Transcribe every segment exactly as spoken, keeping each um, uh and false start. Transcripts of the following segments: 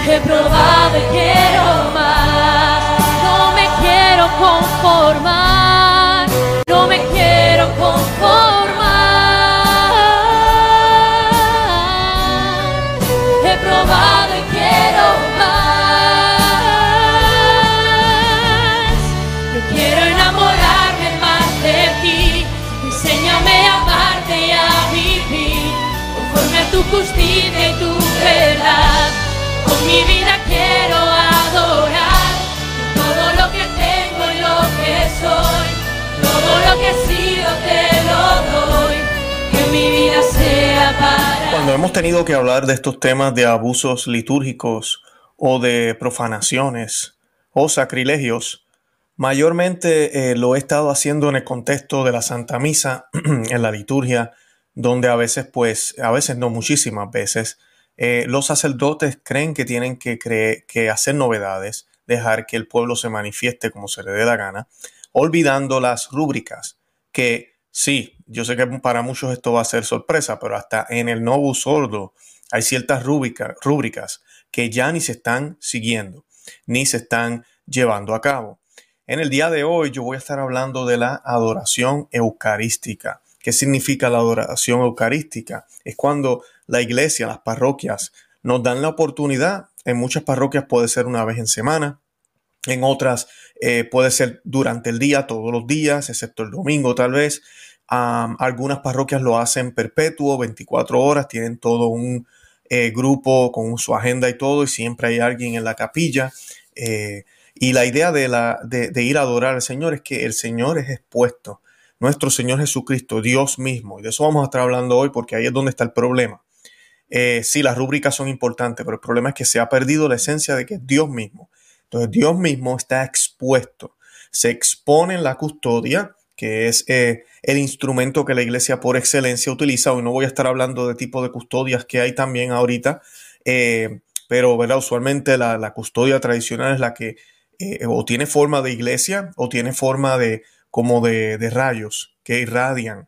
he probado y quiero más. No me quiero conformar, no me quiero conformar. He probado y quiero más. Yo quiero enamorarme más de ti. Enséñame a amarte y a vivir conforme a tu justicia y tu verdad. Con mi vida quiero adorar todo lo que tengo y lo que soy. Todo lo que he sido te lo doy. Que mi vida sea para... Cuando hemos tenido que hablar de estos temas de abusos litúrgicos o de profanaciones o sacrilegios, mayormente eh, lo he estado haciendo en el contexto de la Santa Misa, en la liturgia, donde a veces, pues, a veces no, muchísimas veces, eh, los sacerdotes creen que tienen que, creer, que hacer novedades, dejar que el pueblo se manifieste como se le dé la gana, olvidando las rúbricas, que sí, yo sé que para muchos esto va a ser sorpresa, pero hasta en el Novus Ordo hay ciertas rúbrica, rúbricas que ya ni se están siguiendo, ni se están llevando a cabo. En el día de hoy yo voy a estar hablando de la adoración eucarística. ¿Qué significa la adoración eucarística? Es cuando la iglesia, las parroquias, nos dan la oportunidad. En muchas parroquias puede ser una vez en semana. En otras eh, puede ser durante el día, todos los días, excepto el domingo tal vez. Um, algunas parroquias lo hacen perpetuo, veinticuatro horas. Tienen todo un eh, grupo con su agenda y todo. Y siempre hay alguien en la capilla. Eh, y la idea de, la, de, de ir a adorar al Señor es que el Señor es expuesto. Nuestro Señor Jesucristo, Dios mismo. Y de eso vamos a estar hablando hoy porque ahí es donde está el problema. Eh, sí, las rúbricas son importantes, pero el problema es que se ha perdido la esencia de que es Dios mismo. Entonces Dios mismo está expuesto. Se expone en la custodia, que es eh, el instrumento que la iglesia por excelencia utiliza. Hoy no voy a estar hablando de tipo de custodias que hay también ahorita, eh, pero ¿verdad? Usualmente la, la custodia tradicional es la que eh, o tiene forma de iglesia o tiene forma de como de, de rayos que irradian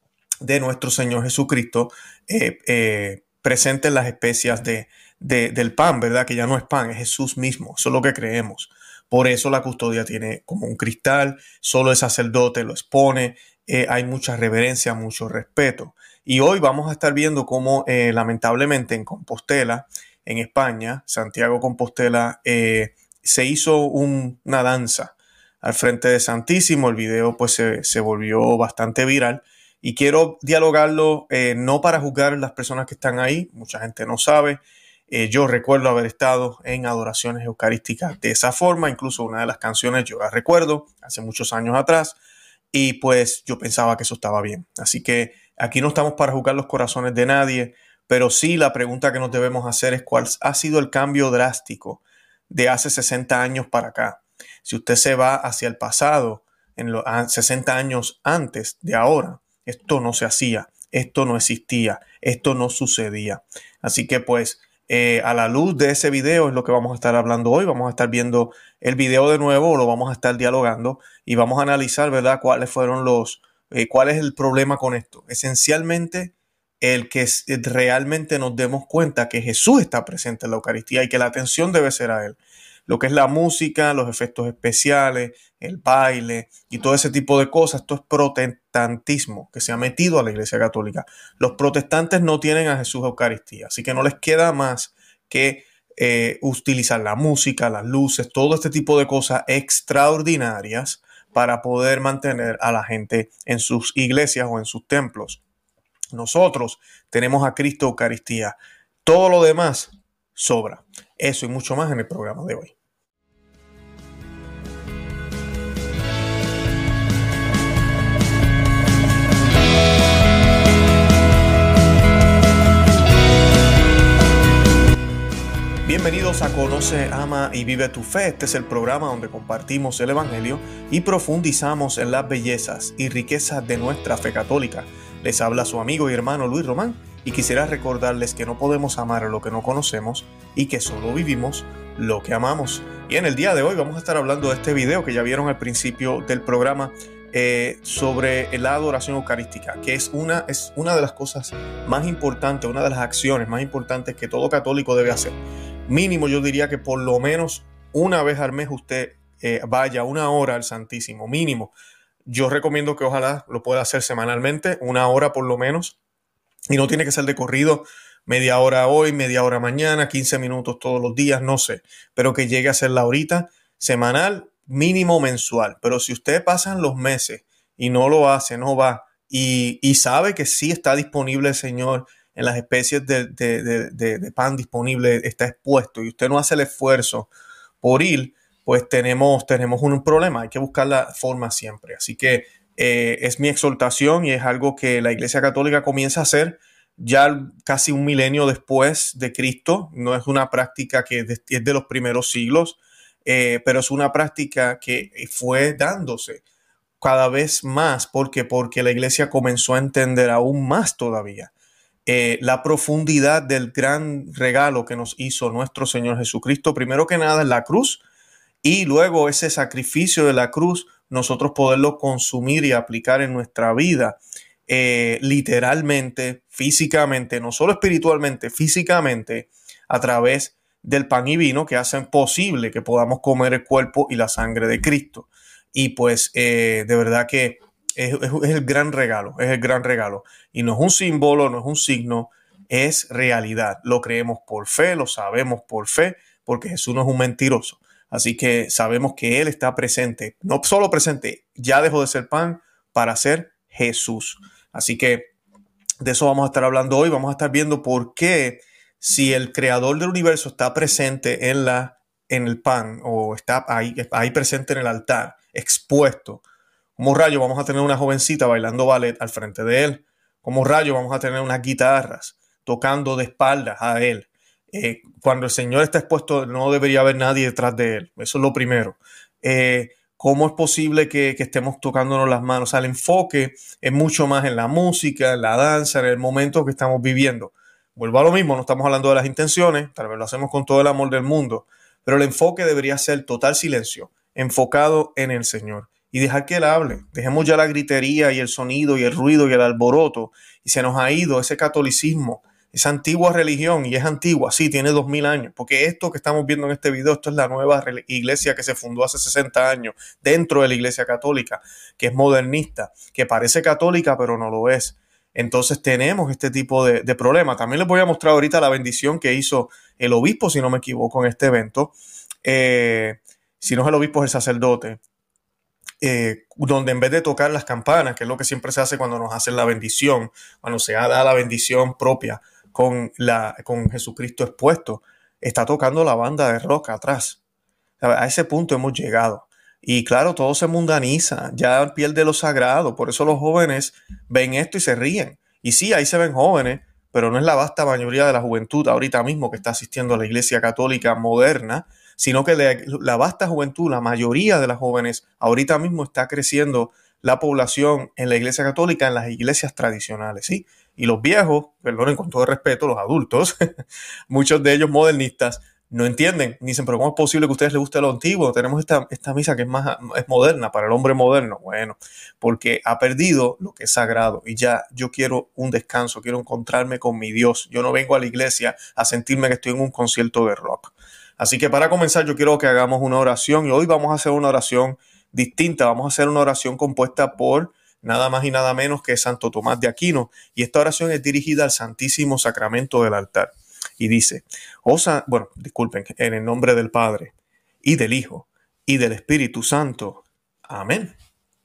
de nuestro Señor Jesucristo, eh, eh, presente en las especias de, de, del pan, ¿verdad? Que ya no es pan, es Jesús mismo, eso es lo que creemos. Por eso la custodia tiene como un cristal, solo el sacerdote lo expone, eh, hay mucha reverencia, mucho respeto. Y hoy vamos a estar viendo cómo eh, lamentablemente en Compostela, en España, Santiago Compostela, eh, se hizo un, una danza al frente de Santísimo. El video pues se, se volvió bastante viral y quiero dialogarlo eh, no para juzgar a las personas que están ahí, mucha gente no sabe. Eh, yo recuerdo haber estado en adoraciones eucarísticas de esa forma, incluso una de las canciones yo la recuerdo hace muchos años atrás y pues yo pensaba que eso estaba bien. Así que aquí no estamos para juzgar los corazones de nadie, pero sí la pregunta que nos debemos hacer es cuál ha sido el cambio drástico de hace sesenta años para acá. Si usted se va hacia el pasado, en los sesenta años antes de ahora, esto no se hacía, esto no existía, esto no sucedía. Así que pues eh, a la luz de ese video es lo que vamos a estar hablando hoy. Vamos a estar viendo el video de nuevo, lo vamos a estar dialogando y vamos a analizar, ¿verdad?, cuáles fueron los, eh, cuál es el problema con esto. Esencialmente el que realmente nos demos cuenta que Jesús está presente en la Eucaristía y que la atención debe ser a Él. Lo que es la música, los efectos especiales, el baile y todo ese tipo de cosas, esto es protestantismo que se ha metido a la Iglesia Católica. Los protestantes no tienen a Jesús Eucaristía, así que no les queda más que eh, utilizar la música, las luces, todo este tipo de cosas extraordinarias para poder mantener a la gente en sus iglesias o en sus templos. Nosotros tenemos a Cristo Eucaristía. Todo lo demás sobra. Eso y mucho más en el programa de hoy. Bienvenidos a Conoce, Ama y Vive tu Fe. Este es el programa donde compartimos el Evangelio y profundizamos en las bellezas y riquezas de nuestra fe católica. Les habla su amigo y hermano Luis Román y quisiera recordarles que no podemos amar a lo que no conocemos y que solo vivimos lo que amamos. Y en el día de hoy vamos a estar hablando de este video que ya vieron al principio del programa eh, sobre la adoración eucarística, que es una, es una de las cosas más importantes, una de las acciones más importantes que todo católico debe hacer. mínimo yo diría que por lo menos una vez al mes usted eh, vaya una hora al Santísimo, mínimo. Yo recomiendo que ojalá lo pueda hacer semanalmente, una hora por lo menos, y no tiene que ser de corrido, media hora hoy, media hora mañana, quince minutos todos los días, no sé, pero que llegue a ser la horita semanal, mínimo mensual. Pero si usted pasan los meses y no lo hace, no va, y, y sabe que sí está disponible el Señor en las especies de, de, de, de, de pan disponible, está expuesto, y usted no hace el esfuerzo por ir, pues tenemos, tenemos un problema. Hay que buscar la forma siempre. Así que eh, es mi exhortación, y es algo que la Iglesia Católica comienza a hacer ya casi un milenio después de Cristo. No es una práctica que es de los primeros siglos, eh, pero es una práctica que fue dándose cada vez más. ¿Por qué? Porque la Iglesia comenzó a entender aún más todavía eh, la profundidad del gran regalo que nos hizo nuestro Señor Jesucristo, primero que nada en la cruz, y luego ese sacrificio de la cruz, nosotros poderlo consumir y aplicar en nuestra vida, eh, literalmente, físicamente, no solo espiritualmente, físicamente, a través del pan y vino que hacen posible que podamos comer el cuerpo y la sangre de Cristo. Y pues eh, de verdad que es, es, es el gran regalo, es el gran regalo. Y no es un símbolo, no es un signo, es realidad. Lo creemos por fe, lo sabemos por fe, porque Jesús no es un mentiroso. Así que sabemos que Él está presente, no solo presente, ya dejó de ser pan para ser Jesús. Así que de eso vamos a estar hablando hoy. Vamos a estar viendo por qué, si el creador del universo está presente en, la, en el pan, o está ahí, ahí presente en el altar, expuesto, como rayo vamos a tener una jovencita bailando ballet al frente de Él. Como rayo vamos a tener unas guitarras tocando de espaldas a Él. Eh, cuando el Señor está expuesto, no debería haber nadie detrás de Él. Eso es lo primero. Eh, ¿Cómo es posible que, que estemos tocándonos las manos? O sea, el enfoque es mucho más en la música, en la danza, en el momento que estamos viviendo. Vuelvo a lo mismo, no estamos hablando de las intenciones, tal vez lo hacemos con todo el amor del mundo, pero el enfoque debería ser total silencio, enfocado en el Señor, y dejar que Él hable. Dejemos ya la gritería y el sonido y el ruido y el alboroto, y se nos ha ido ese catolicismo, esa antigua religión. Y es antigua, sí, tiene dos mil años, porque esto que estamos viendo en este video, esto es la nueva iglesia que se fundó hace sesenta años dentro de la Iglesia Católica, que es modernista, que parece católica pero no lo es. Entonces tenemos este tipo de, de problema. También les voy a mostrar ahorita la bendición que hizo el obispo, si no me equivoco, en este evento. Eh, si no es el obispo, es el sacerdote. Eh, donde en vez de tocar las campanas, que es lo que siempre se hace cuando nos hacen la bendición, cuando se da la bendición propia con, la, con Jesucristo expuesto, está tocando la banda de rock atrás. A ese punto hemos llegado. Y claro, todo se mundaniza, ya pierde lo sagrado. Por eso los jóvenes ven esto y se ríen. Y sí, ahí se ven jóvenes, pero no es la vasta mayoría de la juventud ahorita mismo que está asistiendo a la Iglesia Católica moderna, sino que la, la vasta juventud, la mayoría de las jóvenes, ahorita mismo está creciendo la población en la Iglesia Católica, en las iglesias tradicionales, ¿sí? Y los viejos, perdonen con todo respeto, los adultos, muchos de ellos modernistas, no entienden, dicen, pero ¿cómo es posible que a ustedes les guste lo antiguo? Tenemos esta, esta misa que es más es moderna para el hombre moderno. Bueno, porque ha perdido lo que es sagrado, y ya yo quiero un descanso, quiero encontrarme con mi Dios. Yo no vengo a la iglesia a sentirme que estoy en un concierto de rock. Así que para comenzar yo quiero que hagamos una oración, y hoy vamos a hacer una oración distinta. Vamos a hacer una oración compuesta por nada más y nada menos que Santo Tomás de Aquino, y esta oración es dirigida al Santísimo Sacramento del altar. Y dice, oh, San, bueno, disculpen, en el nombre del Padre, y del Hijo, y del Espíritu Santo. Amén.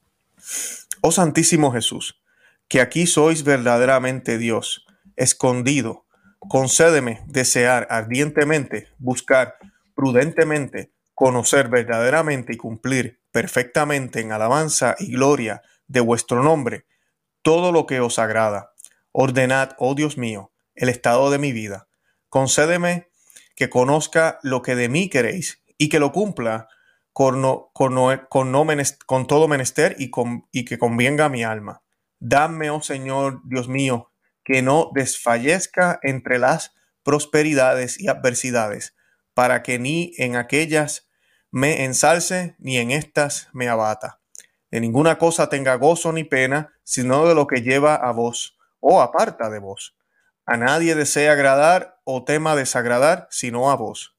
Oh Santísimo Jesús, que aquí sois verdaderamente Dios, escondido, concédeme desear ardientemente, buscar prudentemente, conocer verdaderamente y cumplir perfectamente en alabanza y gloria de vuestro nombre todo lo que os agrada. Ordenad, oh Dios mío, el estado de mi vida. Concédeme que conozca lo que de mí queréis y que lo cumpla con, no, con, no, con, no menester, con todo menester y, con, y que convenga a mi alma. Dame, oh Señor Dios mío, que no desfallezca entre las prosperidades y adversidades, para que ni en aquellas me ensalce ni en estas me abata. De ninguna cosa tenga gozo ni pena, sino de lo que lleva a vos o aparta de vos. A nadie desea agradar o tema desagradar, sino a vos.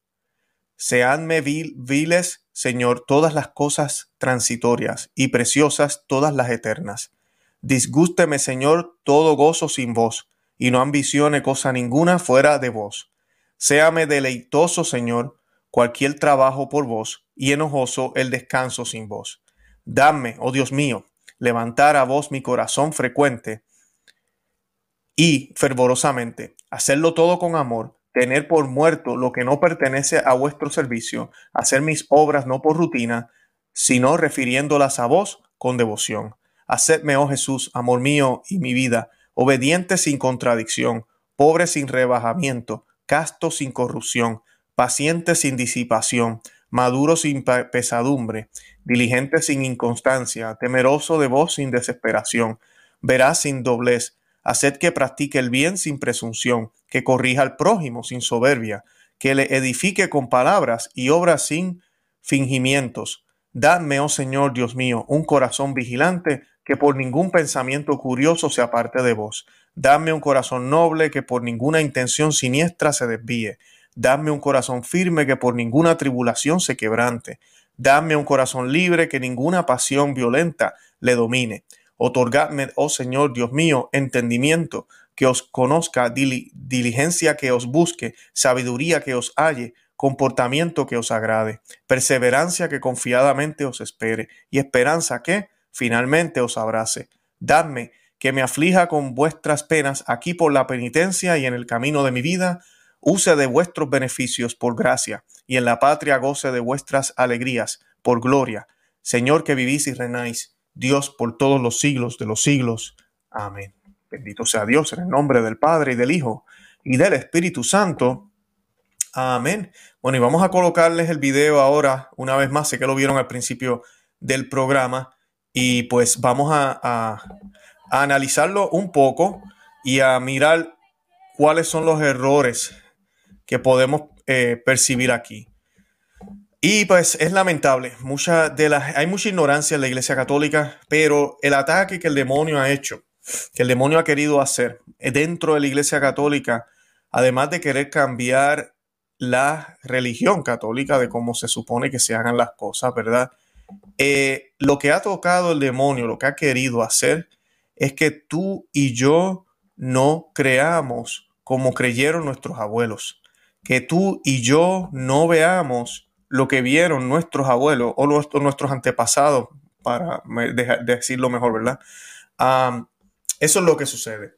Seanme vil, viles, Señor, todas las cosas transitorias y preciosas todas las eternas. Disgústeme, Señor, todo gozo sin vos, y no ambicione cosa ninguna fuera de vos. Séame deleitoso, Señor, cualquier trabajo por vos, y enojoso el descanso sin vos. Dame, oh Dios mío, levantar a vos mi corazón frecuente y fervorosamente, hacerlo todo con amor, tener por muerto lo que no pertenece a vuestro servicio, hacer mis obras no por rutina, sino refiriéndolas a vos con devoción. Hacedme, oh Jesús, amor mío y mi vida, obediente sin contradicción, pobre sin rebajamiento, casto sin corrupción, paciente sin disipación, maduro sin pesadumbre, diligente sin inconstancia, temeroso de vos sin desesperación, veraz sin doblez. Haced que practique el bien sin presunción, que corrija al prójimo sin soberbia, que le edifique con palabras y obras sin fingimientos. Dadme, oh Señor Dios mío, un corazón vigilante, que por ningún pensamiento curioso se aparte de vos. Dadme un corazón noble, que por ninguna intención siniestra se desvíe. Dadme un corazón firme, que por ninguna tribulación se quebrante. Dadme un corazón libre, que ninguna pasión violenta le domine. Otorgadme, oh Señor Dios mío, entendimiento, que os conozca, dil- diligencia que os busque, sabiduría que os halle, comportamiento que os agrade, perseverancia que confiadamente os espere, y esperanza que finalmente os abrace. Dadme que me aflija con vuestras penas aquí por la penitencia y en el camino de mi vida, use de vuestros beneficios por gracia, y en la patria goce de vuestras alegrías por gloria. Señor, que vivís y reináis, Dios por todos los siglos de los siglos. Amén. Bendito sea Dios en el nombre del Padre y del Hijo y del Espíritu Santo. Amén. Bueno, y vamos a colocarles el video ahora una vez más. Sé que lo vieron al principio del programa y pues vamos a, a, a analizarlo un poco y a mirar cuáles son los errores que podemos eh, percibir aquí. Y pues es lamentable, mucha de las, hay mucha ignorancia en la Iglesia Católica, pero el ataque que el demonio ha hecho, que el demonio ha querido hacer dentro de la Iglesia Católica, además de querer cambiar la religión católica de cómo se supone que se hagan las cosas, ¿verdad? Eh, lo que ha tocado el demonio, lo que ha querido hacer, es que tú y yo no creamos como creyeron nuestros abuelos, que tú y yo no veamos lo que vieron nuestros abuelos o nuestros, nuestros antepasados, para decirlo mejor, ¿verdad? Um, eso es lo que sucede.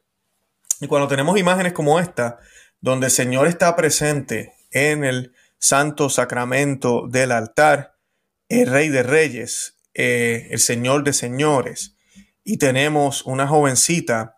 Y cuando tenemos imágenes como esta, donde el Señor está presente en el santo sacramento del altar, el Rey de Reyes, eh, el Señor de Señores, y tenemos una jovencita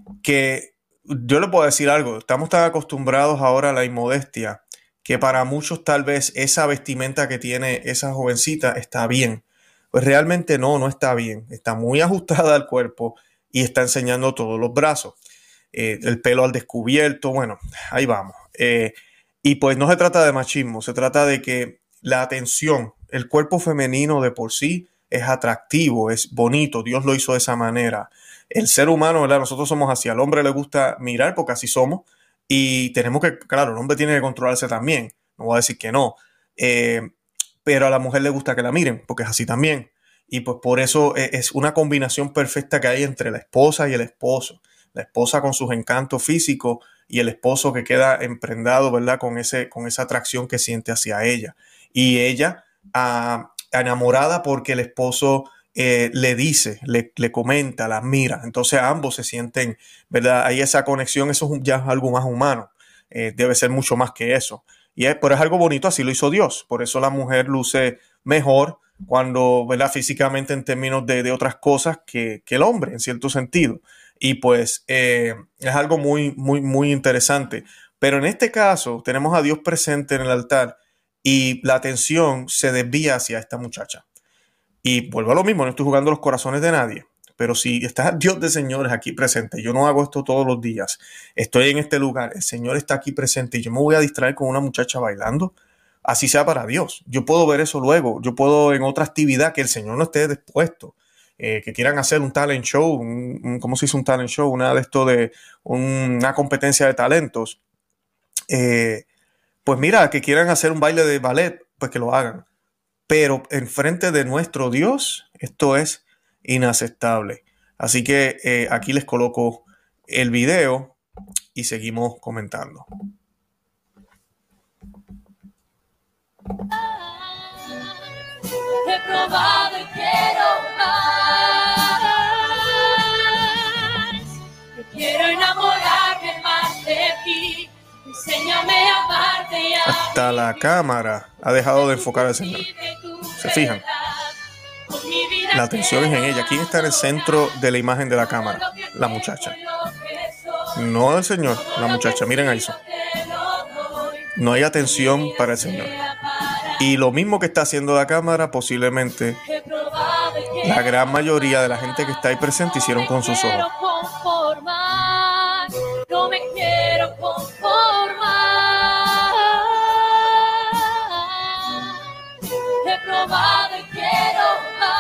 que, yo le puedo decir algo, estamos tan acostumbrados ahora a la inmodestia, que para muchos tal vez esa vestimenta que tiene esa jovencita está bien. Pues realmente no, no está bien. Está muy ajustada al cuerpo y está enseñando todos los brazos. Eh, el pelo al descubierto, bueno, ahí vamos. Eh, y pues no se trata de machismo, se trata de que la atención, el cuerpo femenino de por sí es atractivo, es bonito, Dios lo hizo de esa manera. El ser humano, ¿verdad? Nosotros somos así, al hombre le gusta mirar porque así somos. Y tenemos que, claro, el hombre tiene que controlarse también, no voy a decir que no, eh, pero a la mujer le gusta que la miren, porque es así también. Y pues por eso es una combinación perfecta que hay entre la esposa y el esposo. La esposa con sus encantos físicos y el esposo que queda emprendado, ¿verdad? Con, ese, con esa atracción que siente hacia ella. Y ella ah, enamorada porque el esposo Eh, le dice, le, le comenta, la admira. Entonces ambos se sienten, ¿verdad? Hay esa conexión, eso es ya algo más humano. Eh, debe ser mucho más que eso. Y es, pero es algo bonito, así lo hizo Dios. Por eso la mujer luce mejor cuando, ¿verdad? Físicamente en términos de, de otras cosas que, que el hombre, en cierto sentido. Y pues eh, es algo muy, muy, muy interesante. Pero en este caso tenemos a Dios presente en el altar y la atención se desvía hacia esta muchacha. Y vuelvo a lo mismo, no estoy jugando los corazones de nadie, pero si está Dios de señores aquí presente, yo no hago esto todos los días, estoy en este lugar, el Señor está aquí presente y yo me voy a distraer con una muchacha bailando, así sea para Dios. Yo puedo ver eso luego, yo puedo en otra actividad que el Señor no esté dispuesto, eh, que quieran hacer un talent show, un, un, ¿cómo se dice un talent show? Una de esto de un, una competencia de talentos. Eh, pues mira, que quieran hacer un baile de ballet, pues que lo hagan. Pero en frente de nuestro Dios, esto es inaceptable. Así que eh, aquí les coloco el video y seguimos comentando. He probado y quiero más. Yo quiero enamorarme más de ti. Enséñame a amarte y a Hasta la cámara ha dejado de enfocar al Señor. ¿Se fijan? La atención es en ella. ¿Quién está en el centro de la imagen de la cámara? La muchacha. No el Señor, la muchacha. Miren a eso. No hay atención para el Señor. Y lo mismo que está haciendo la cámara, posiblemente la gran mayoría de la gente que está ahí presente hicieron con sus ojos. No me quiero conformar. He probado y quiero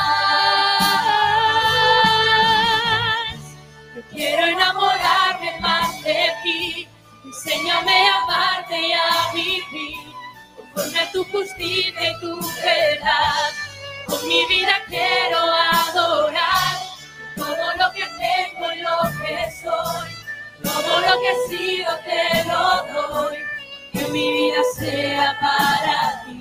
más. Yo quiero enamorarme más de ti. Enséñame a amarte y a vivir conforme a tu justicia y tu verdad. Con mi vida quiero adorar todo lo que tengo y lo que soy. Todo lo que he sido te lo doy. Que mi vida sea para ti.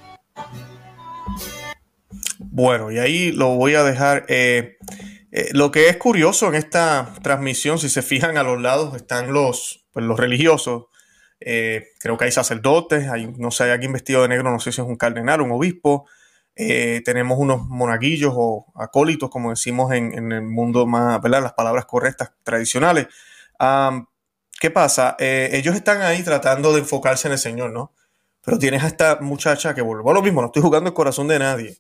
Bueno, y ahí lo voy a dejar. Eh, eh, lo que es curioso en esta transmisión, si se fijan a los lados, están los, pues, los religiosos. Eh, creo que hay sacerdotes, hay, no sé, hay alguien vestido de negro, no sé si es un cardenal, un obispo. Eh, tenemos unos monaguillos o acólitos, como decimos en, en el mundo más, ¿verdad? Las palabras correctas, tradicionales. Um, ¿Qué pasa? Eh, ellos están ahí tratando de enfocarse en el Señor, ¿no? Pero tienes a esta muchacha que volvió a lo mismo, no estoy jugando el corazón de nadie,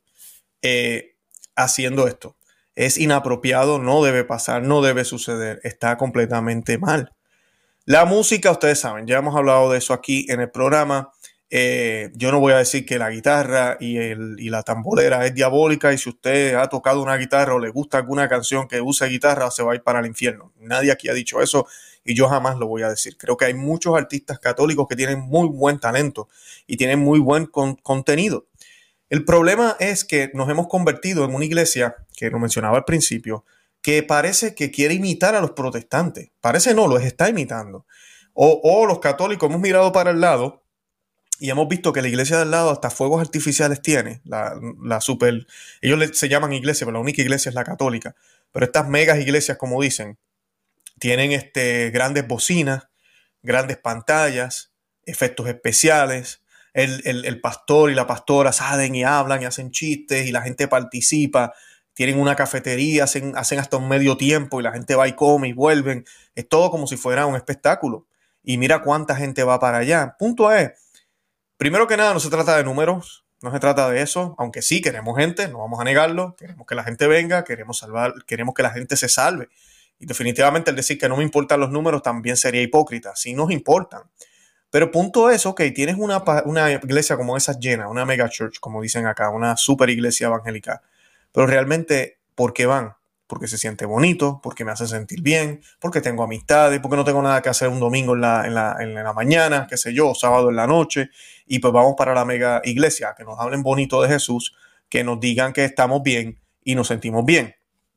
eh, haciendo esto. Es inapropiado, no debe pasar, no debe suceder, está completamente mal. La música, ustedes saben, ya hemos hablado de eso aquí en el programa. Eh, yo no voy a decir que la guitarra y, el, y la tamborera es diabólica y si usted ha tocado una guitarra o le gusta alguna canción que use guitarra se va a ir para el infierno. Nadie aquí ha dicho eso y yo jamás lo voy a decir. Creo que hay muchos artistas católicos que tienen muy buen talento y tienen muy buen con, contenido. El problema es que nos hemos convertido en una iglesia, que lo mencionaba al principio, que parece que quiere imitar a los protestantes. Parece no, los está imitando. O, o los católicos hemos mirado para el lado y hemos visto que la iglesia del lado hasta fuegos artificiales tiene. La, la super, ellos le, se llaman iglesia, pero la única iglesia es la católica. Pero estas megas iglesias, como dicen, tienen este, grandes bocinas, grandes pantallas, efectos especiales. El, el, el pastor y la pastora salen y hablan y hacen chistes y la gente participa. Tienen una cafetería, hacen, hacen hasta un medio tiempo y la gente va y come y vuelven. Es todo como si fuera un espectáculo. Y mira cuánta gente va para allá. Punto es, primero que nada, no se trata de números, no se trata de eso, aunque sí queremos gente, no vamos a negarlo, queremos que la gente venga, queremos salvar, queremos que la gente se salve. Y definitivamente el decir que no me importan los números también sería hipócrita, sí nos importan. Pero el punto es, ok, tienes una, una iglesia como esa llena, una mega church, como dicen acá, una super iglesia evangélica. Pero realmente, ¿por qué van? Porque se siente bonito, porque me hace sentir bien, porque tengo amistades, porque no tengo nada que hacer un domingo en la, en la, en la mañana, qué sé yo, sábado en la noche, y pues vamos para la mega iglesia, que nos hablen bonito de Jesús, que nos digan que estamos bien y nos sentimos bien.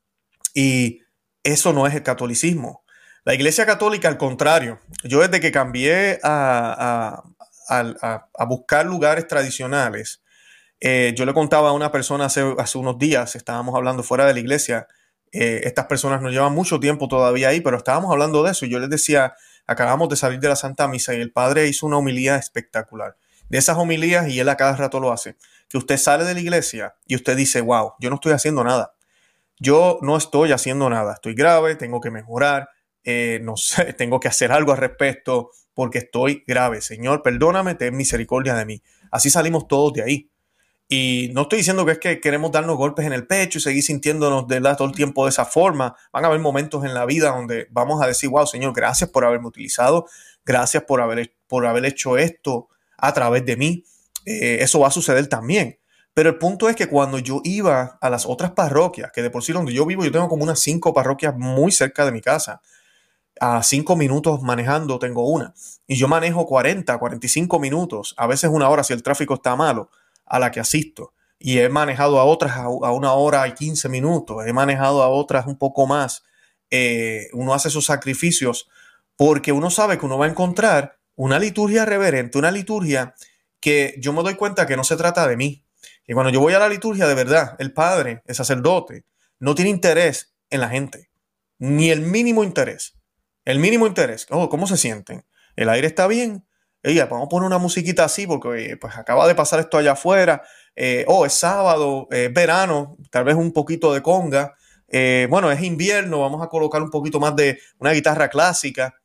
Y eso no es el catolicismo. La iglesia católica, al contrario, yo desde que cambié a, a, a, a buscar lugares tradicionales, eh, yo le contaba a una persona hace, hace unos días, estábamos hablando fuera de la iglesia, eh, estas personas nos llevan mucho tiempo todavía ahí, pero estábamos hablando de eso y yo les decía, acabamos de salir de la Santa Misa y el padre hizo una homilía espectacular. De esas homilías, y él a cada rato lo hace, que usted sale de la iglesia y usted dice, wow, yo no estoy haciendo nada. Yo no estoy haciendo nada, estoy grave, tengo que mejorar, eh, no sé, tengo que hacer algo al respecto porque estoy grave. Señor, perdóname, ten misericordia de mí. Así salimos todos de ahí. Y no estoy diciendo que es que queremos darnos golpes en el pecho y seguir sintiéndonos de la, todo el tiempo de esa forma. Van a haber momentos en la vida donde vamos a decir, wow, Señor, gracias por haberme utilizado, gracias por haber, por haber hecho esto a través de mí. Eh, eso va a suceder también. Pero el punto es que cuando yo iba a las otras parroquias, que de por sí donde yo vivo, yo tengo como unas cinco parroquias muy cerca de mi casa. A cinco minutos manejando tengo una. y yo manejo cuarenta, cuarenta y cinco minutos, a veces una hora si el tráfico está malo, a la que asisto. Y he manejado a otras a, a una hora y quince minutos, he manejado a otras un poco más. Eh, uno hace esos sacrificios porque uno sabe que uno va a encontrar una liturgia reverente, una liturgia que yo me doy cuenta que no se trata de mí. Y cuando yo voy a la liturgia, de verdad, el padre, el sacerdote, no tiene interés en la gente, ni el mínimo interés. El mínimo interés. Oh, ¿cómo se sienten? ¿El aire está bien? Ella, vamos a poner una musiquita así porque pues acaba de pasar esto allá afuera. Eh, oh, es sábado, es eh, verano, tal vez un poquito de conga. Eh, bueno, es invierno, vamos a colocar un poquito más de una guitarra clásica.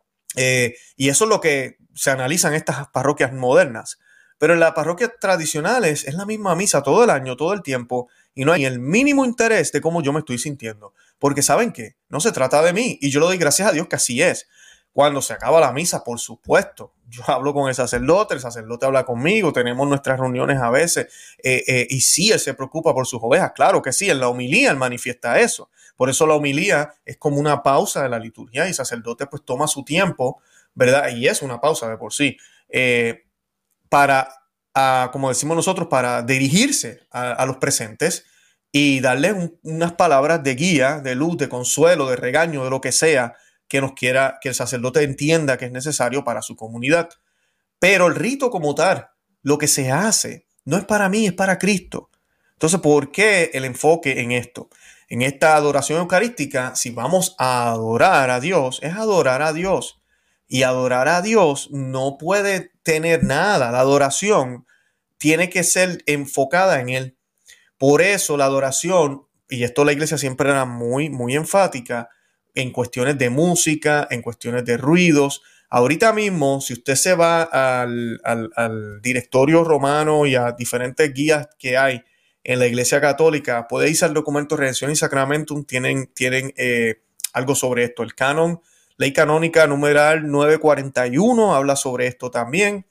Eh, y eso es lo que se analiza en estas parroquias modernas. Pero en las parroquias tradicionales es la misma misa todo el año, todo el tiempo, y no hay el mínimo interés de cómo yo me estoy sintiendo. Porque ¿saben qué? No se trata de mí, y yo le doy gracias a Dios que así es. Cuando se acaba la misa, por supuesto, yo hablo con el sacerdote, el sacerdote habla conmigo, tenemos nuestras reuniones a veces, eh, eh, y sí, él se preocupa por sus ovejas, claro que sí, en la homilía él manifiesta eso. Por eso la homilía es como una pausa de la liturgia y el sacerdote pues toma su tiempo, ¿verdad? Y es una pausa de por sí, eh, para, a, como decimos nosotros, para dirigirse a, a los presentes y darles un, unas palabras de guía, de luz, de consuelo, de regaño, de lo que sea, que nos quiera, que el sacerdote entienda que es necesario para su comunidad. Pero el rito como tal, lo que se hace, no es para mí, es para Cristo. Entonces, ¿por qué el enfoque en esto? En esta adoración eucarística, si vamos a adorar a Dios, es adorar a Dios. Y adorar a Dios no puede tener nada. La adoración tiene que ser enfocada en Él. Por eso la adoración, y esto la iglesia siempre era muy, muy enfática, en cuestiones de música, en cuestiones de ruidos. Ahorita mismo, si usted se va al, al, al directorio romano y a diferentes guías que hay en la Iglesia Católica, puede irse al documento Redención y Sacramentum, tienen, tienen eh, algo sobre esto. El canon, ley canónica numeral novecientos cuarenta y uno habla sobre esto también.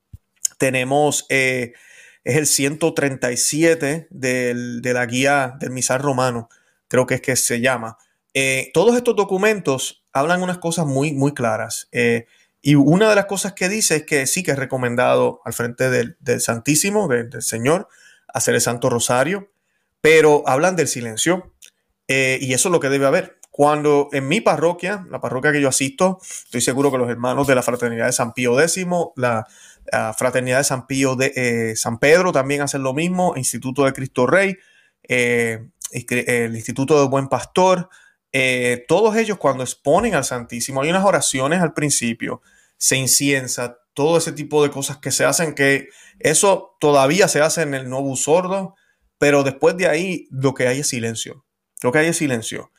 Tenemos, eh, es el ciento treinta y siete del, de la guía del misal romano, creo que es que se llama. Eh, todos estos documentos hablan unas cosas muy, muy claras. Eh, y una de las cosas que dice es que sí que es recomendado al frente del, del Santísimo, del, del Señor, hacer el Santo Rosario, pero hablan del silencio. Eh, y eso es lo que debe haber. Cuando en mi parroquia, la parroquia que yo asisto, estoy seguro que los hermanos de la Fraternidad de San Pío X, la, la Fraternidad de San Pío de eh, San Pedro también hacen lo mismo, Instituto de Cristo Rey, eh, el Instituto de Buen Pastor. Eh, todos ellos cuando exponen al Santísimo, hay unas oraciones al principio, se inciensa, todo ese tipo de cosas que se hacen, que eso todavía se hace en el Novus Ordo, pero después de ahí lo que hay es silencio, lo que hay es silencio.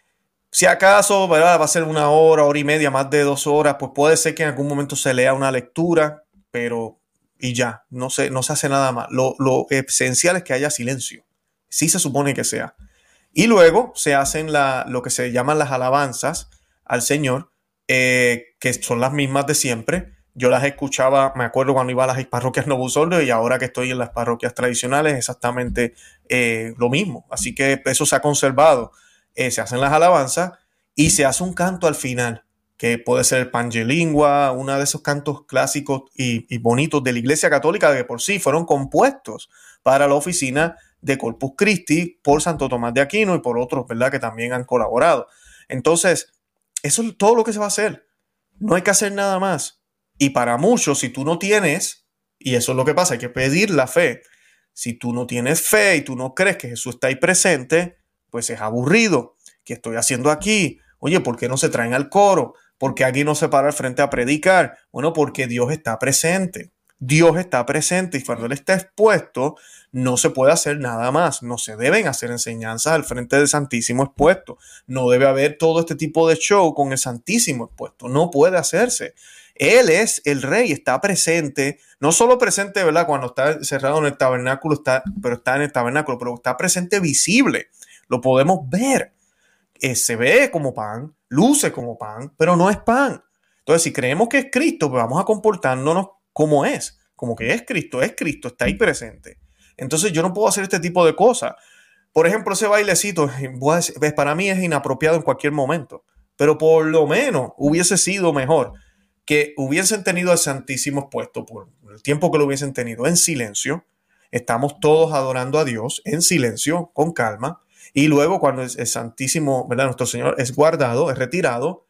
Si acaso, ¿verdad?, va a ser una hora, hora y media, más de dos horas, pues puede ser que en algún momento se lea una lectura, pero y ya, no se, no se hace nada más. Lo, lo esencial es que haya silencio, sí se supone que sea. Y luego se hacen la, lo que se llaman las alabanzas al Señor, eh, que son las mismas de siempre. Yo las escuchaba, me acuerdo cuando iba a las parroquias Novus Ordo, y ahora que estoy en las parroquias tradicionales, exactamente eh, lo mismo. Así que eso se ha conservado. Eh, se hacen las alabanzas y se hace un canto al final, que puede ser el Pangelingua, uno de esos cantos clásicos y, y bonitos de la Iglesia Católica, que por sí fueron compuestos para la oficina de Corpus Christi por Santo Tomás de Aquino y por otros, ¿verdad?, que también han colaborado. Entonces, eso es todo lo que se va a hacer. No hay que hacer nada más. Y para muchos, si tú no tienes, y eso es lo que pasa, hay que pedir la fe. Si tú no tienes fe y tú no crees que Jesús está ahí presente, pues es aburrido. ¿Qué estoy haciendo aquí? Oye, ¿por qué no se traen al coro? ¿Por qué aquí no se para al frente a predicar? Bueno, porque Dios está presente. Dios está presente y cuando Él está expuesto, no se puede hacer nada más. No se deben hacer enseñanzas al frente del Santísimo expuesto. No debe haber todo este tipo de show con el Santísimo expuesto. No puede hacerse. Él es el Rey, está presente, no solo presente, ¿verdad?, cuando está cerrado en el tabernáculo, está, pero está en el tabernáculo, pero está presente visible. Lo podemos ver. Eh, se ve como pan, luce como pan, pero no es pan. Entonces, si creemos que es Cristo, pues vamos a comportarnos como es. Como que es Cristo, es Cristo, está ahí presente. Entonces, yo no puedo hacer este tipo de cosas. Por ejemplo, ese bailecito, para mí es inapropiado en cualquier momento. Pero por lo menos hubiese sido mejor que hubiesen tenido al Santísimo expuesto por el tiempo que lo hubiesen tenido en silencio. Estamos todos adorando a Dios en silencio, con calma. Y luego cuando el Santísimo, ¿verdad?, nuestro Señor es guardado, es retirado,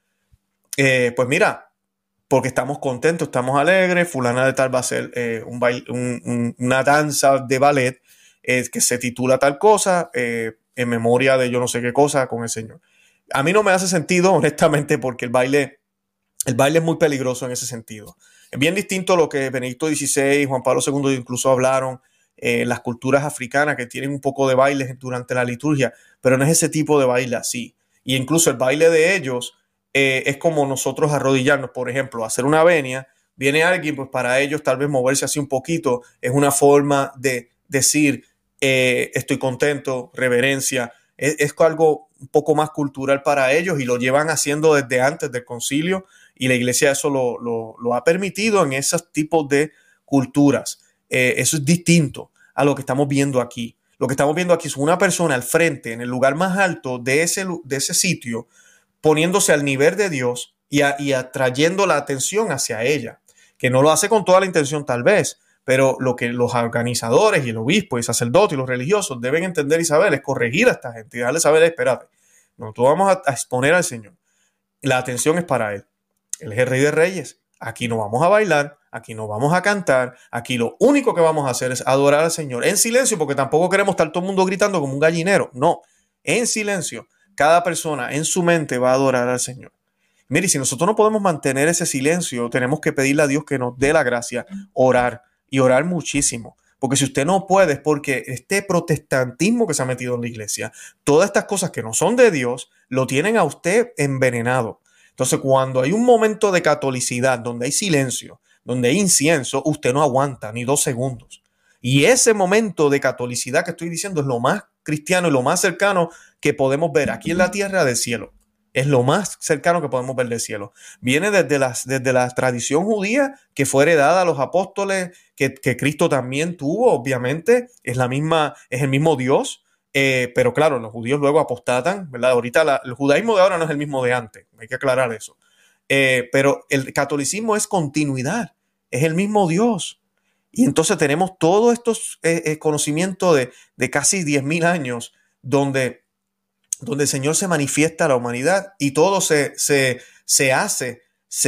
eh, pues mira, porque estamos contentos, estamos alegres, fulana de tal va a hacer eh, un baile, un, un, una danza de ballet eh, que se titula tal cosa, eh, en memoria de yo no sé qué cosa con el Señor. A mí no me hace sentido, honestamente, porque el baile, el baile es muy peligroso en ese sentido. Es bien distinto a lo que Benedicto dieciséis, Juan Pablo segundo incluso hablaron, eh, las culturas africanas que tienen un poco de baile durante la liturgia, pero no es ese tipo de baile así. Y incluso el baile de ellos eh, es como nosotros arrodillarnos, por ejemplo, hacer una venia. Viene alguien, pues para ellos tal vez moverse así un poquito es una forma de decir eh, estoy contento, reverencia. Es, es algo un poco más cultural para ellos y lo llevan haciendo desde antes del concilio y la iglesia eso lo, lo, lo ha permitido en esos tipos de culturas. Eh, eso es distinto a lo que estamos viendo aquí. Lo que estamos viendo aquí es una persona al frente, en el lugar más alto de ese, de ese sitio, poniéndose al nivel de Dios y, a, y atrayendo la atención hacia ella, que no lo hace con toda la intención tal vez, pero lo que los organizadores y el obispo y el sacerdote y los religiosos deben entender y saber es corregir a esta gente y darle saber, espérate, nosotros vamos a, a exponer al Señor. La atención es para Él. Él es el Rey de Reyes. Aquí no vamos a bailar, aquí no vamos a cantar, aquí lo único que vamos a hacer es adorar al Señor en silencio, porque tampoco queremos estar todo el mundo gritando como un gallinero. No, en silencio. Cada persona en su mente va a adorar al Señor. Mire, si nosotros no podemos mantener ese silencio, tenemos que pedirle a Dios que nos dé la gracia, orar y orar muchísimo. Porque si usted no puede, es porque este protestantismo que se ha metido en la iglesia, todas estas cosas que no son de Dios, lo tienen a usted envenenado. Entonces, cuando hay un momento de catolicidad, donde hay silencio, donde hay incienso, usted no aguanta ni dos segundos. Y ese momento de catolicidad que estoy diciendo es lo más cristiano y lo más cercano que podemos ver aquí en la tierra del cielo. Es lo más cercano que podemos ver del cielo. Viene desde, las, desde la tradición judía que fue heredada a los apóstoles, que, que Cristo también tuvo, obviamente. Es, la misma, es el mismo Dios. Eh, pero claro, los judíos luego apostatan, ¿verdad? Ahorita la, el judaísmo de ahora no es el mismo de antes, hay que aclarar eso. Eh, pero el catolicismo es continuidad, es el mismo Dios. Y entonces tenemos todos estos eh, eh, conocimientos de, de casi diez mil años donde, donde el Señor se manifiesta a la humanidad y todo se, se, se hace,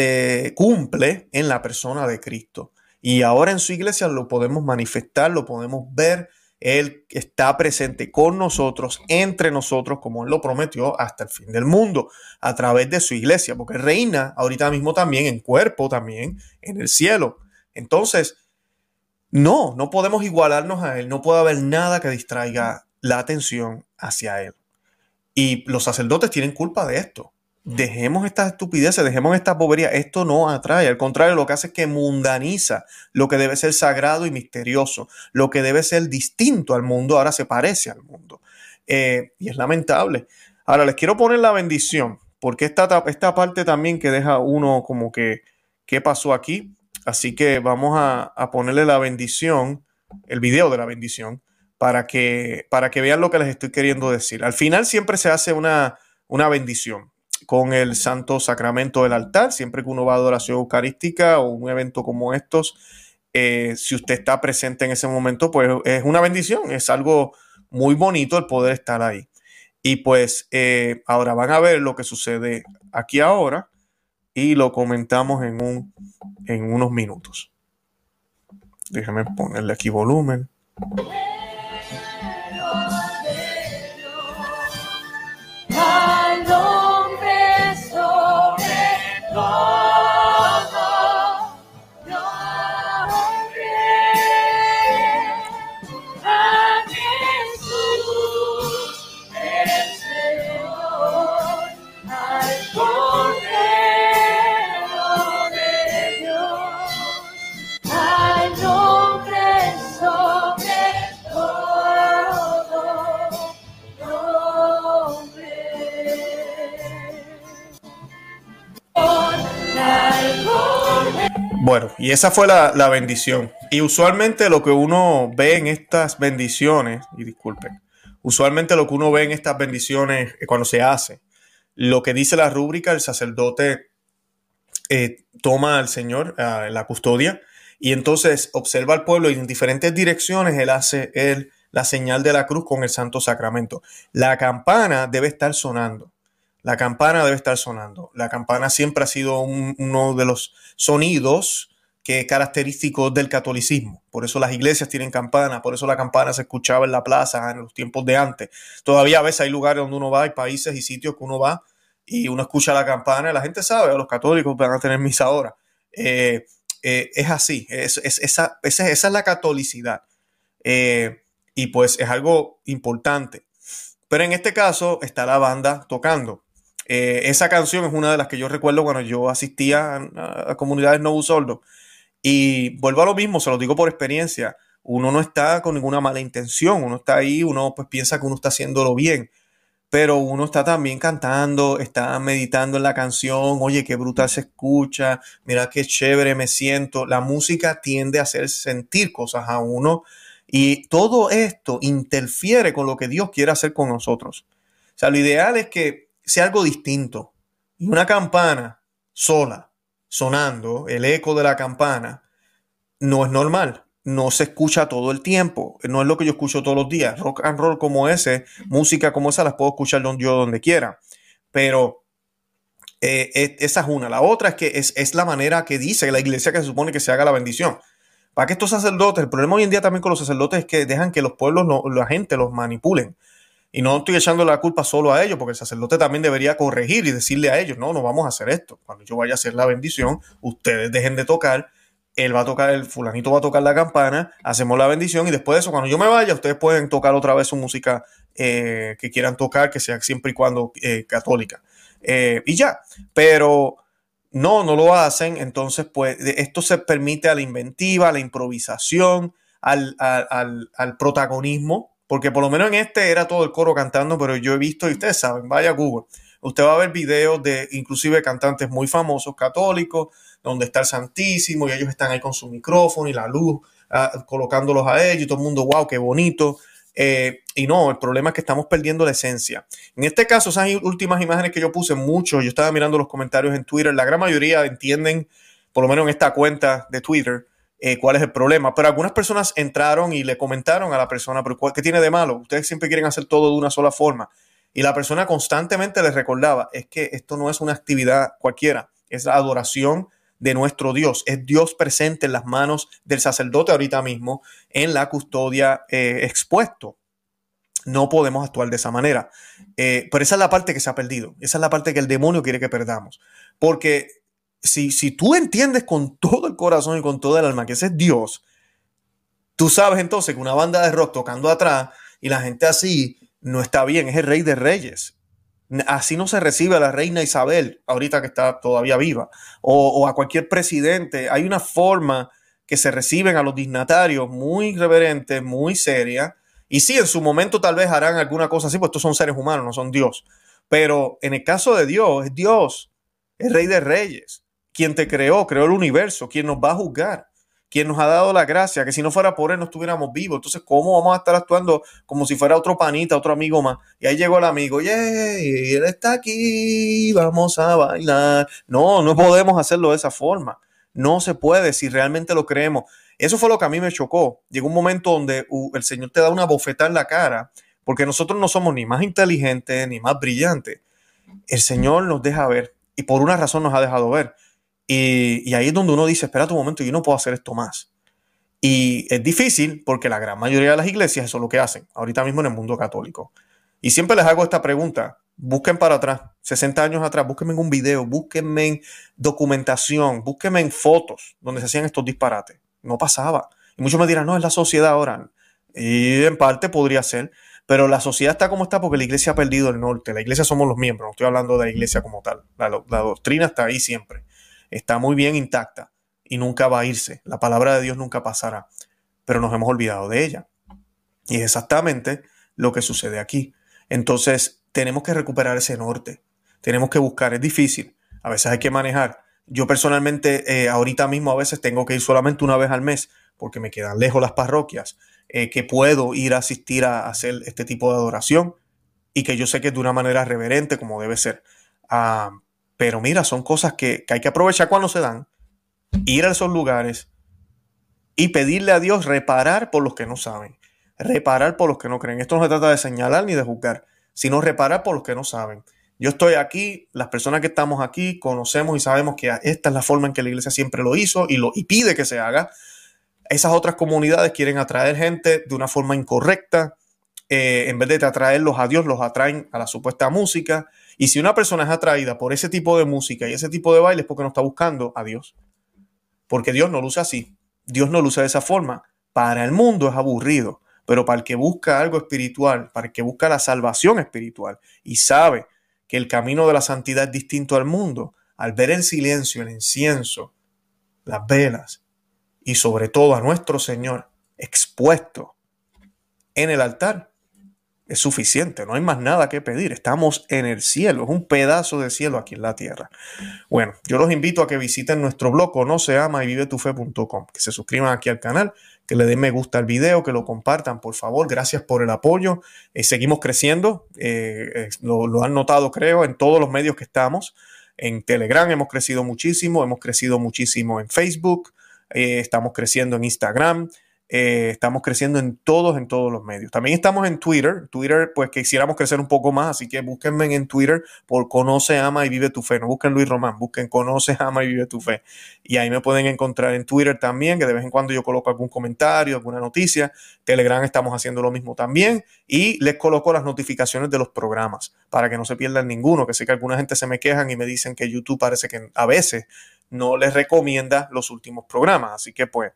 se cumple en la persona de Cristo. Y ahora en su iglesia lo podemos manifestar, lo podemos ver. Él está presente con nosotros, entre nosotros, como Él lo prometió, hasta el fin del mundo, a través de su iglesia, porque reina ahorita mismo también en cuerpo, también en el cielo. Entonces, no, no podemos igualarnos a Él, no puede haber nada que distraiga la atención hacia Él. Y los sacerdotes tienen culpa de esto. Dejemos estas estupideces, dejemos esta bobería. Esto no atrae, al contrario, lo que hace es que mundaniza lo que debe ser sagrado y misterioso. Lo que debe ser distinto al mundo ahora se parece al mundo. Eh, y es lamentable. Ahora les quiero poner la bendición, porque esta, esta parte también que deja uno como que, ¿qué pasó aquí? Así que vamos a, a ponerle la bendición, el video de la bendición, para que, para que vean lo que les estoy queriendo decir. Al final siempre se hace una, una bendición con el Santo Sacramento del altar, siempre que uno va a adoración eucarística o un evento como estos, eh, si usted está presente en ese momento, pues es una bendición, es algo muy bonito el poder estar ahí. Y pues eh, ahora van a ver lo que sucede aquí ahora y lo comentamos en, un, en unos minutos. Déjame ponerle aquí volumen. Bueno, y esa fue la, la bendición. Y usualmente lo que uno ve en estas bendiciones, y disculpen, usualmente lo que uno ve en estas bendiciones cuando se hace, lo que dice la rúbrica, el sacerdote eh, toma al Señor uh, la custodia y entonces observa al pueblo y en diferentes direcciones él hace el, la señal de la cruz con el Santo Sacramento. La campana debe estar sonando. La campana debe estar sonando. La campana siempre ha sido un, uno de los sonidos que es característico del catolicismo. Por eso las iglesias tienen campana, por eso la campana se escuchaba en la plaza en los tiempos de antes. Todavía a veces hay lugares donde uno va, hay países y sitios que uno va y uno escucha la campana y la gente sabe, los católicos van a tener misa ahora. Eh, eh, es así, es, es, esa, esa, esa es la catolicidad. Eh, y pues es algo importante. Pero en este caso está la banda tocando. Eh, esa canción es una de las que yo recuerdo cuando yo asistía a, a comunidades no sordos. Y vuelvo a lo mismo, se lo digo por experiencia. Uno no está con ninguna mala intención, uno está ahí, uno pues piensa que uno está haciéndolo bien, pero uno está también cantando, está meditando en la canción, oye, qué brutal se escucha, mira qué chévere me siento. La música tiende a hacer sentir cosas a uno y todo esto interfiere con lo que Dios quiere hacer con nosotros. O sea, lo ideal es que sea algo distinto. Y una campana sola, sonando, el eco de la campana, no es normal. No se escucha todo el tiempo. No es lo que yo escucho todos los días. Rock and roll como ese, música como esa, las puedo escuchar yo donde quiera. Pero eh, esa es una. La otra es que es, es la manera que dice la iglesia que se supone que se haga la bendición. Para que estos sacerdotes, el problema hoy en día también con los sacerdotes es que dejan que los pueblos, no, la gente los manipulen. Y no estoy echando la culpa solo a ellos, porque el sacerdote también debería corregir y decirle a ellos, no, no vamos a hacer esto. Cuando yo vaya a hacer la bendición, ustedes dejen de tocar, él va a tocar, el fulanito va a tocar la campana, hacemos la bendición y después de eso, cuando yo me vaya, ustedes pueden tocar otra vez su música eh, que quieran tocar, que sea siempre y cuando eh, católica. Eh, y ya, pero no, no lo hacen, entonces pues esto se permite a la inventiva, a la improvisación, al, al, al, al protagonismo. Porque por lo menos en este era todo el coro cantando, pero yo he visto, y ustedes saben, vaya a Google, usted va a ver videos de inclusive cantantes muy famosos católicos, donde está el Santísimo y ellos están ahí con su micrófono y la luz, uh, colocándolos a ellos y todo el mundo, wow, qué bonito. Eh, y no, el problema es que estamos perdiendo la esencia. En este caso, esas últimas imágenes que yo puse, muchos, yo estaba mirando los comentarios en Twitter, la gran mayoría entienden, por lo menos en esta cuenta de Twitter, Eh, cuál es el problema, pero algunas personas entraron y le comentaron a la persona, pero ¿qué tiene de malo? Ustedes siempre quieren hacer todo de una sola forma. Y la persona constantemente les recordaba, es que esto no es una actividad cualquiera, es la adoración de nuestro Dios, es Dios presente en las manos del sacerdote ahorita mismo en la custodia eh, expuesto. No podemos actuar de esa manera. Eh, pero esa es la parte que se ha perdido, esa es la parte que el demonio quiere que perdamos, porque Si, si tú entiendes con todo el corazón y con toda el alma que ese es Dios, tú sabes entonces que una banda de rock tocando atrás y la gente así no está bien, es el Rey de Reyes. Así no se recibe a la reina Isabel, ahorita que está todavía viva, o, o a cualquier presidente. Hay una forma que se reciben a los dignatarios muy reverente, muy seria, y sí, en su momento tal vez harán alguna cosa así, pues estos son seres humanos, no son Dios. Pero en el caso de Dios, es Dios, el Rey de Reyes. Quien te creó, creó el universo, quien nos va a juzgar, quien nos ha dado la gracia, que si no fuera por él no estuviéramos vivos. Entonces, ¿cómo vamos a estar actuando como si fuera otro panita, otro amigo más? Y ahí llegó el amigo, yeah, él está aquí, vamos a bailar. No, no podemos hacerlo de esa forma. No se puede si realmente lo creemos. Eso fue lo que a mí me chocó. Llegó un momento donde uh, el Señor te da una bofetada en la cara, porque nosotros no somos ni más inteligentes ni más brillantes. El Señor nos deja ver y por una razón nos ha dejado ver. Y, y ahí es donde uno dice, espérate un momento, yo no puedo hacer esto más. Y es difícil porque la gran mayoría de las iglesias eso es lo que hacen, ahorita mismo en el mundo católico. Y siempre les hago esta pregunta, busquen para atrás, sesenta años atrás, búsquenme en un video, búsquenme en documentación, búsquenme en fotos donde se hacían estos disparates. No pasaba. Y muchos me dirán, no, es la sociedad ahora. Y en parte podría ser, pero la sociedad está como está porque la iglesia ha perdido el norte. La iglesia somos los miembros, no estoy hablando de la iglesia como tal. La, la doctrina está ahí siempre. Está muy bien intacta y nunca va a irse. La palabra de Dios nunca pasará, pero nos hemos olvidado de ella. Y es exactamente lo que sucede aquí. Entonces, tenemos que recuperar ese norte. Tenemos que buscar. Es difícil. A veces hay que manejar. Yo personalmente, eh, ahorita mismo a veces tengo que ir solamente una vez al mes porque me quedan lejos las parroquias, eh, que puedo ir a asistir a hacer este tipo de adoración y que yo sé que es de una manera reverente como debe ser. Ah, Pero mira, son cosas que, que hay que aprovechar cuando se dan, ir a esos lugares y pedirle a Dios reparar por los que no saben, reparar por los que no creen. Esto no se trata de señalar ni de juzgar, sino reparar por los que no saben. Yo estoy aquí, las personas que estamos aquí conocemos y sabemos que esta es la forma en que la iglesia siempre lo hizo y, lo, y pide que se haga. Esas otras comunidades quieren atraer gente de una forma incorrecta. Eh, en vez de atraerlos a Dios, los atraen a la supuesta música. Y si una persona es atraída por ese tipo de música y ese tipo de baile es porque no está buscando a Dios. Porque Dios no lo usa así. Dios no lo usa de esa forma. Para el mundo es aburrido, pero para el que busca algo espiritual, para el que busca la salvación espiritual y sabe que el camino de la santidad es distinto al mundo, al ver en silencio el incienso, las velas y sobre todo a nuestro Señor expuesto en el altar, es suficiente, no hay más nada que pedir. Estamos en el cielo, es un pedazo de cielo aquí en la tierra. Bueno, yo los invito a que visiten nuestro blog conoce ama y vive tu fe punto com, que se suscriban aquí al canal, que le den me gusta al video, que lo compartan, por favor. Gracias por el apoyo. Eh, seguimos creciendo, eh, eh, lo, lo han notado, creo, en todos los medios que estamos. En Telegram hemos crecido muchísimo, hemos crecido muchísimo en Facebook, eh, estamos creciendo en Instagram. Eh, estamos creciendo en todos, en todos los medios. También estamos en Twitter. Twitter, pues quisiéramos crecer un poco más, así que búsquenme en Twitter por Conoce, Ama y Vive tu Fe. No busquen Luis Román, busquen Conoce, Ama y Vive tu Fe. Y ahí me pueden encontrar en Twitter también, que de vez en cuando yo coloco algún comentario, alguna noticia. Telegram estamos haciendo lo mismo también. Y les coloco las notificaciones de los programas para que no se pierdan ninguno, que sé que alguna gente se me quejan y me dicen que YouTube parece que a veces no les recomienda los últimos programas. Así que pues,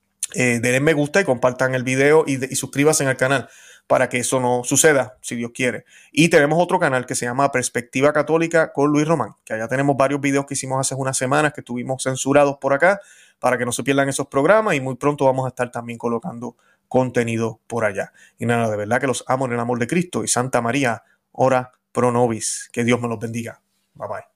Eh, denle me gusta y compartan el video y, de, y suscríbanse al canal para que eso no suceda, si Dios quiere. Y tenemos otro canal que se llama Perspectiva Católica con Luis Román, que allá tenemos varios videos que hicimos hace unas semanas que estuvimos censurados por acá para que no se pierdan esos programas y muy pronto vamos a estar también colocando contenido por allá. Y nada, de verdad que los amo en el amor de Cristo y Santa María, ora pro nobis. Que Dios me los bendiga. Bye bye.